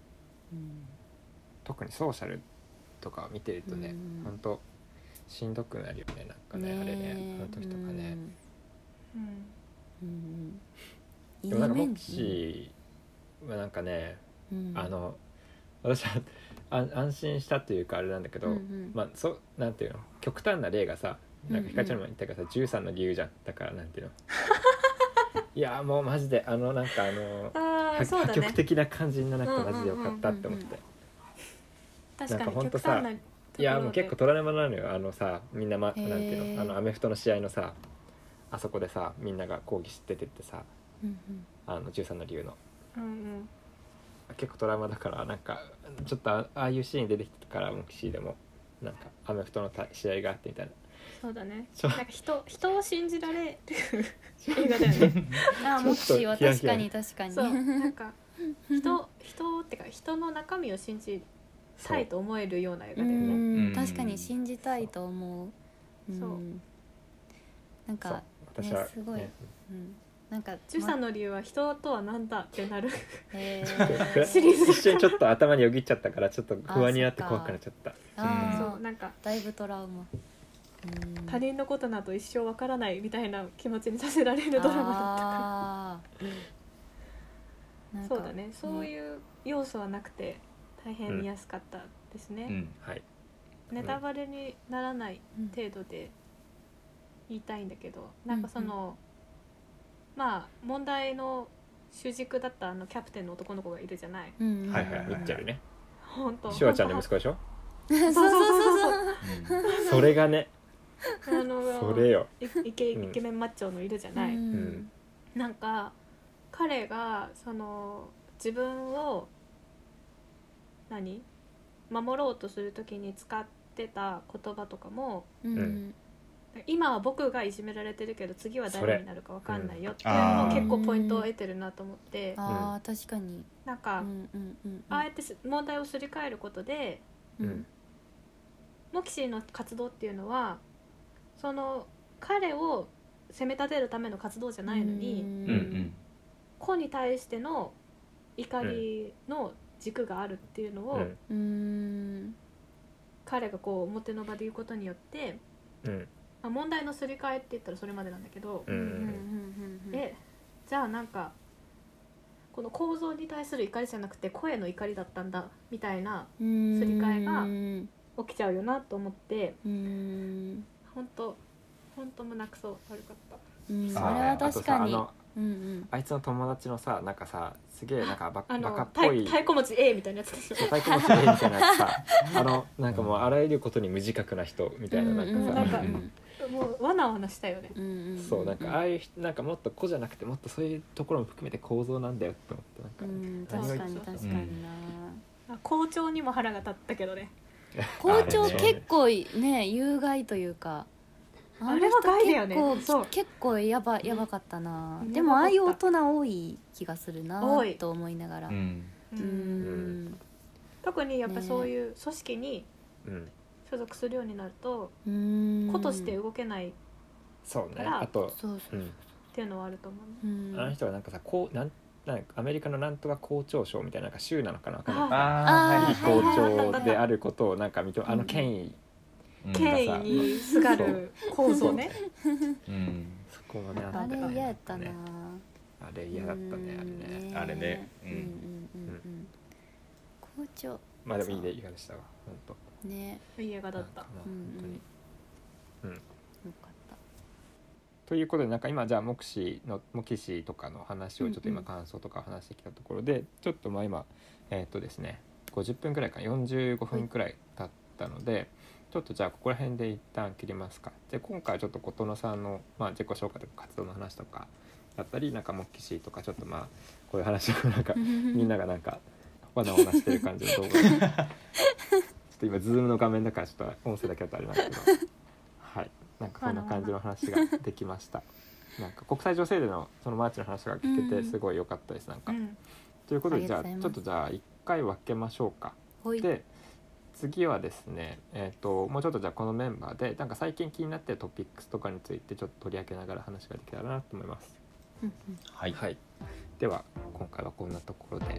うん特にソーシャルとかを見てるとね、 うんほんとしんどくなるよね、なんかね、あれね、あの時とかね。 うんうんうん、 でもなんかモ面ッキーはなんかね、 うんあの私は安安心したというかあれなんだけど、 うんうん、 まあそなんていうの、極端な例がさ、なんかひかりちゃんも言ったけどさ、じゅうさんの理由じゃん。だからなんていうのいやもうマジであのなんかあのあーそうだね破局的な感じにならなくてマジでよかったって思って、 確かになんかほんとさ極端なところでいやもう結構トラウマなのよ、あのさみんな、ま、なんてへーいうの、あのアメフトの試合のさ、あそこでさみんなが抗議しててってさ、 うんあのじゅうさんの理由のうんうん結構トラウマだから、なんかちょっと あ, ああいうシーン出てきてからモキシーでもなんかアメフトのた試合があってみたいな、 そうだねちょなんか人人を信じられる映画だよねうん、あモッシーは確かに確かにそうなんか人人ってか人の中身を信じたいと思えるような映画うだよねん確かに信じたいと思う。 そうんなんそうか私は、 ねすごいねうんなんかじゅうさんの理由は人とは何だってなるへふーシリーズ一瞬ちょっと頭によぎっちゃったからちょっと不安になってあそっか怖くなっちゃった。 あーそうなんかだいぶトラウマ。うん他人のことなど一生わからないみたいな気持ちにさせられるドラマだったかあーならんかそうだねそういう要素はなくて大変見やすかったですね、 うんはい。 ネタバレにならない程度で言いたいんだけど、なんかその、まあ問題の主軸だったあのキャプテンの男の子がいるじゃない。 うんうんはいはい、ミッチェルね。 本当。 シュワちゃんの息子でしょ。 そうそうそうそうそれがね、 あのそれよ。 イイケうんイケメンマッチョのいるじゃない。 うんなんか彼がその自分を何守ろうとするときに使ってた言葉とかも、 うんううんん今は僕がいじめられてるけど次は誰になるか分かんないよっていうそれのもうん結構ポイントを得てるなと思って、 あー確かになんか、 うんうんうんああやってす問題をすり替えることでうんモキシーの活動っていうのはその彼を責め立てるための活動じゃないのに、 うんうんうん子に対しての怒りの軸があるっていうのを、 うんうん彼がこう表の場で言うことによって、 うんまあ、問題のすり替えって言ったらそれまでなんだけど、 うんうんうんうんでじゃあなんかこの構造に対する怒りじゃなくて声の怒りだったんだみたいなうんすり替えがうん起きちゃうよなと思ってうん本当本当胸くそ悪かった。 うんそれあはあとさ確かにあのうんうんあいつの友達のさなんかさすげえなんかバあバカのっぽい太鼓持ち A みたいなやつでしょ。 太鼓持ち A みたいなやつさあのなんかもうあらゆることに無自覚な人みたいななんかさ、 うんなんかうんもうわなわなしたよね。 うんうんんそうなんかああいう人なんかもっと子じゃなくてもっとそういうところも含めて構造なんだよって思ってなんか、 うん確かにそう確かになあ校長にも腹が立ったけどね。 校長あれね結構ね有害というかあれは害だよねあの人そう結構結構やばやばかったなうんでもああいう大人多い気がするな多いと思いながらううんうんん特にやっぱそういう組織にうん、 所属するようになるとうん子として動けないっそうねからあと、 そうそううん、 ていうのはあると思う。 うんあの人はなんかさこうなんなんかアメリカのなんとか校長賞みたいななんか州なのかなわかんないあいい校はい長であることをなんか認めあの権威、 ー権威にすがる構造ね。 うんそこもねあれったね嫌やったなねあれ嫌だったねあれねあれねうんうんうんうんうん校長まあでもいいね映画でしたわ本当ねいい映画だった。 なんかまあうんうん本当にうんよかったということでなんか今じゃあモクシーのモキシーとかの話をちょっと今うんうん感想とか話してきたところで、ちょっとまあ今えーっとですねごじゅっぷんくらいかよんじゅうごふんくらい経ったので、ちょっとじゃあここら辺で一旦切りますか。で今回ちょっと琴乃さんの、まあ、自己紹介とか活動の話とかだったりなんかモキシーとかちょっとまあこういう話をなんかみんながなんかわなわなしてる感じの動画ちょっと今ズームの画面だからちょっと音声だけだとあれなんですけどはいなんかそんな感じの話ができましたなんか国際女性デーのそのマーチの話が聞けてすごい良かったですなんか、 うんということでじゃあありがとうございますちょっとじゃあ一回分けましょうか。 ほいで次はですねえっ、ともうちょっとじゃあこのメンバーでなんか最近気になってるトピックスとかについてちょっと取り上げながら話ができたらなと思います。 うんうんはいはい、では今回はこんなところで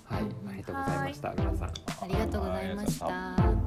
はい、ありがとうございました皆さん。 ありがとうございましありがとうございまた。